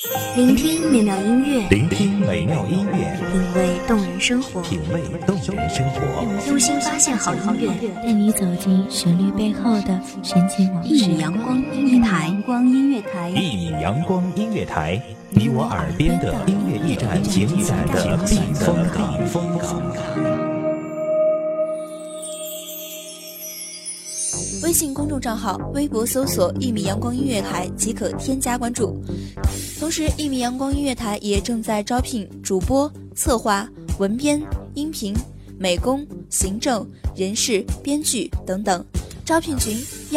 聆听美妙音乐， 聆听美妙音乐， 品味动人生活， 品味动人生活， 用心发现好音乐， 带你走进旋律背后的深情往事。 一米阳光音乐台， 一米阳光音乐台，你我耳边的音乐驿站，情感的避风港。 微信公众账号、微博搜索“一米阳光音乐台”即可添加关注。同时，一米阳光音乐台也正在招聘主播、策划、文编、音频、美工、行政、人事、编剧等等。招聘群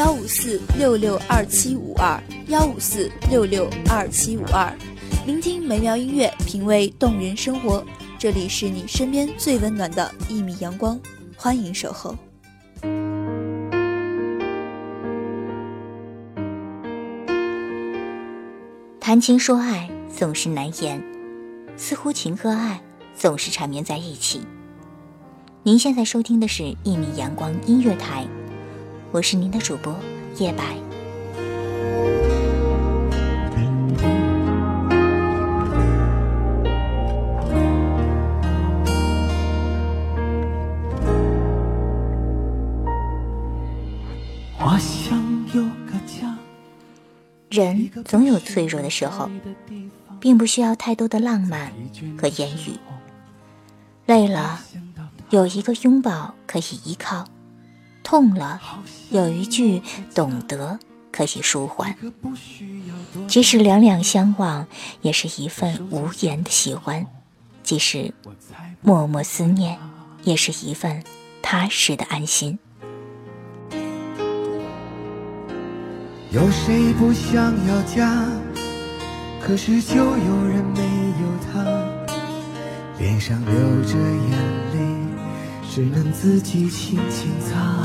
154662752，154662752。聆听美妙音乐，品味动人生活。这里是你身边最温暖的一米阳光，欢迎守候。 谈情说爱总是难言，似乎情和爱总是缠绵在一起。您现在收听的是一米阳光音乐台，我是您的主播叶白。 我想有个家。 人总有脆弱的时候，并不需要太多的浪漫和言语。累了，有一个拥抱可以依靠；痛了，有一句懂得可以舒缓。即使两两相望，也是一份无言的喜欢；即使默默思念，也是一份踏实的安心。 有谁不想要家？可是就有人没有他，脸上流着眼泪，只能自己轻轻擦。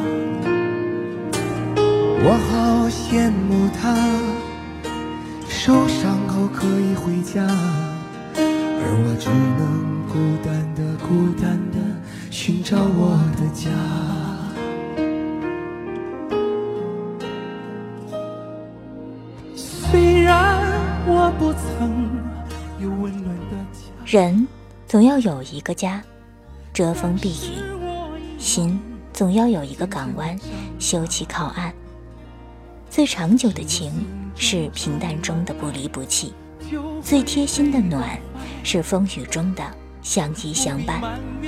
我好羡慕他，受伤后可以回家，而我只能孤单地寻找我的家。我不曾有温暖的家。 人总要有一个家，遮风避雨；心总要有一个港湾，休憩靠岸。最长久的情是平淡中的不离不弃，最贴心的暖是风雨中的相依相伴。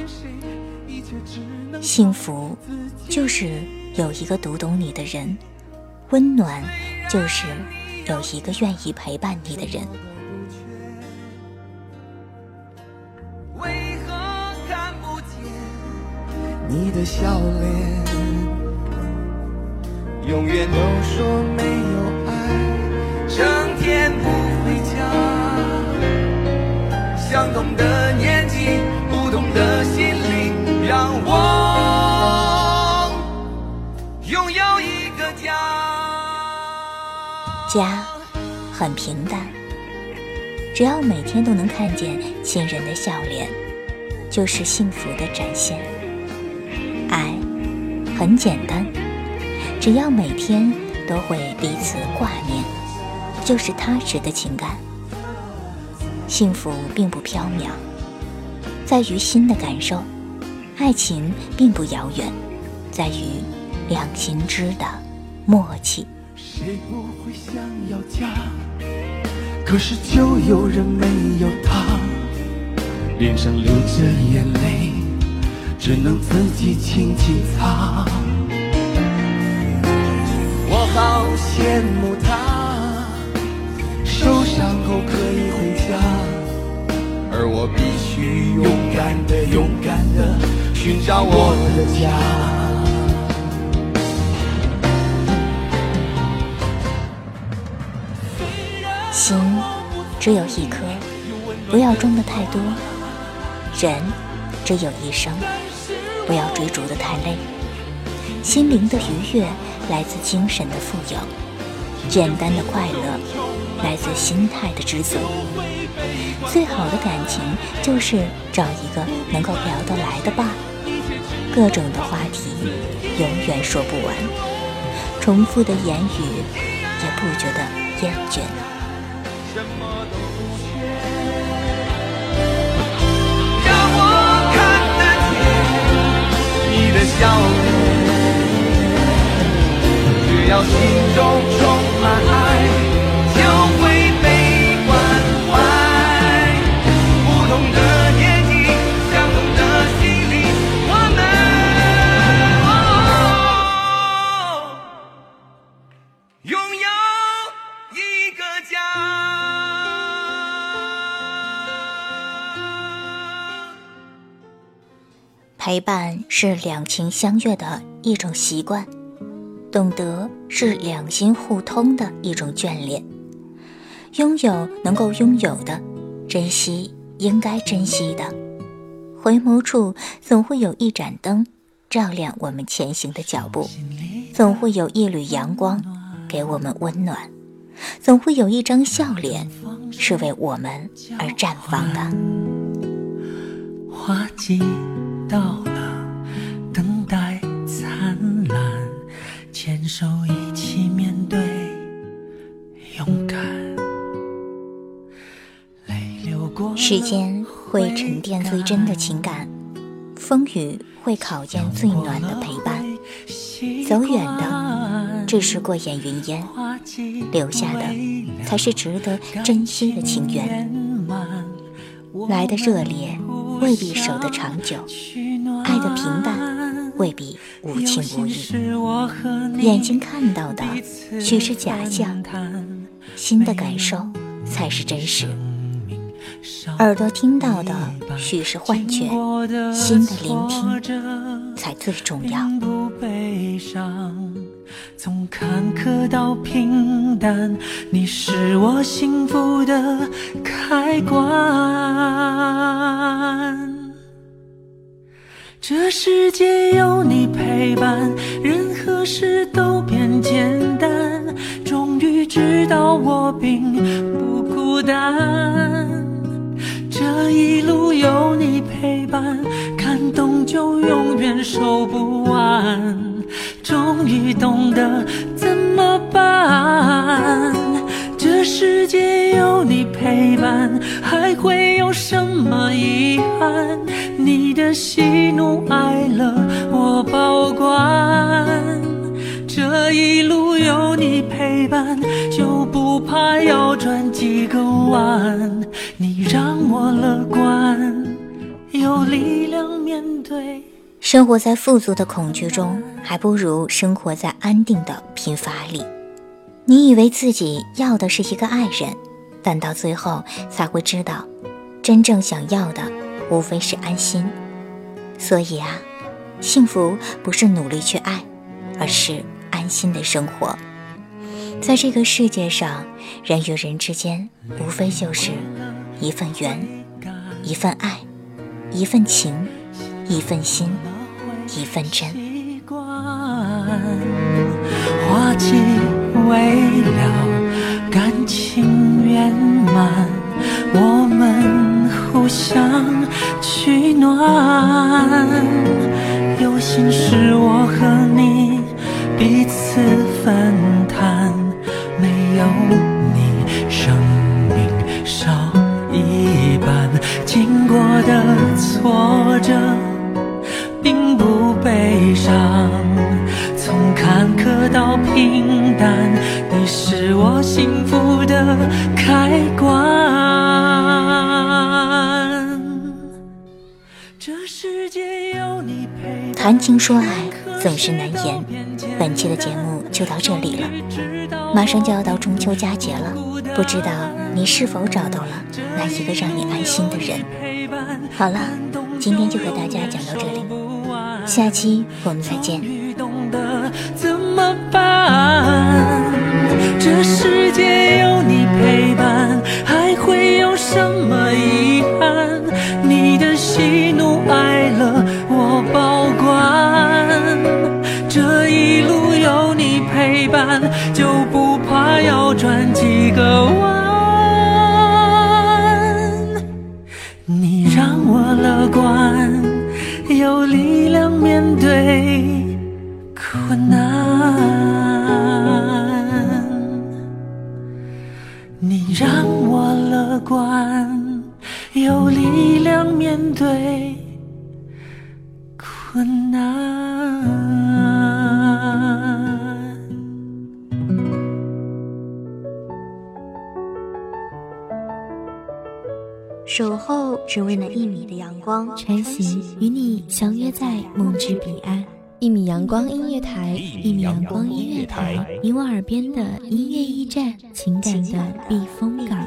幸福就是有一个读懂你的人，温暖就是有一个愿意陪伴你的人。 为何看不见你的笑脸？永远都说没有爱，整天不回家。相同的年纪，不同的心灵，让我拥有一个家。 家很平淡，只要每天都能看见亲人的笑脸，就是幸福的展现。爱很简单，只要每天都会彼此挂念，就是踏实的情感。幸福并不缥缈，在于心的感受；爱情并不遥远，在于两心知的默契。 谁不会想要家？可是就有人没有他，脸上流着眼泪，只能自己轻轻擦。我好羡慕他，受伤后可以回家，而我必须勇敢地寻找我的家。 心只有一颗，不要装得太多；人只有一生，不要追逐得太累。心灵的愉悦来自精神的富有，简单的快乐来自心态的知足。最好的感情就是找一个能够聊得来的伴，各种的话题永远说不完，重复的言语也不觉得厌倦。 什么都不缺，让我看得见你的笑脸，只要心中充满爱，就会被关怀。不同的年纪，相同的心灵，我们拥有一个家。 陪伴是两情相悦的一种习惯，懂得是两心互通的一种眷恋。拥有能够拥有的，珍惜应该珍惜的。回眸处总会有一盏灯照亮我们前行的脚步，总会有一缕阳光给我们温暖，总会有一张笑脸是为我们而绽放的。 花季到了，等待灿烂，牵手一起面对，勇敢。 时间会沉淀最真的情感，风雨会考验最暖的陪伴。走远的只是过眼云烟，留下的才是值得珍惜的情缘。来的热烈未必守得长久，爱的平淡未必无情无义。眼睛看到的许是假象，心的感受才是真实。耳朵听到的许是幻觉，心的聆听才最重要。 不悲伤，从坎坷到平淡，你是我幸福的开关。这世界有你陪伴，任何事都变简单，终于知道我并不孤单。这一路有你陪伴，感动就永远收不完，终于懂得怎么办。这世界有你陪伴，还会有什么遗憾？你的喜怒哀乐我保管，这一路有你陪伴，就不怕要转几个弯。你让我乐观，有力量面对。 生活在富足的恐惧中，还不如生活在安定的贫乏里。你以为自己要的是一个爱人，但到最后才会知道，真正想要的无非是安心。所以啊，幸福不是努力去爱，而是安心的生活。在这个世界上，人与人之间无非就是一份缘，一份爱，一份情，一份心，一份真。 花季未了，感情圆满，我们互相取暖。有心事我和你彼此分担，没有你生命少一半。经过的挫折并不悲伤，从坎坷到平淡，你是我幸福的开关。这世界有你陪伴， 谈情说爱总是难言。本期的节目就到这里了，马上就要到中秋佳节了，不知道你是否找到了那一个让你安心的人。好了，今天就和大家讲到这里，下期我们再见。 怎么办？这世界有你陪伴，还会有什么遗憾？你的喜怒哀乐我保管，这一路有你陪伴，就不怕要转几个弯。你让我乐观，有力量面对困难。你让让我乐观，有力量面对困难。 守候只为那1米的阳光， 穿行与你相约在梦之彼岸。 1米阳光音乐台 1米阳光音乐台， 你我耳边的音乐驿站，情感的避风港。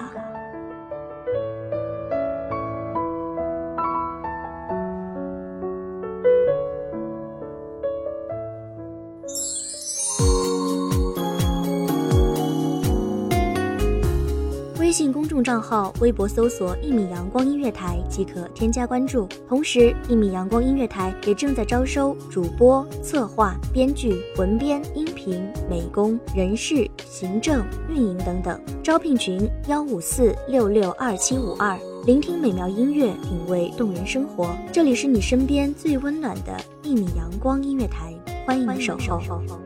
微信公众账号、微博搜索1米阳光音乐台即可添加关注。同时，1米阳光音乐台也正在招收主播、策划、编剧、文编、音频、美工、人事、行政、运营等等。招聘群154662752。聆听美妙音乐，品味动人生活。这里是你身边最温暖的1米阳光音乐台，欢迎守候。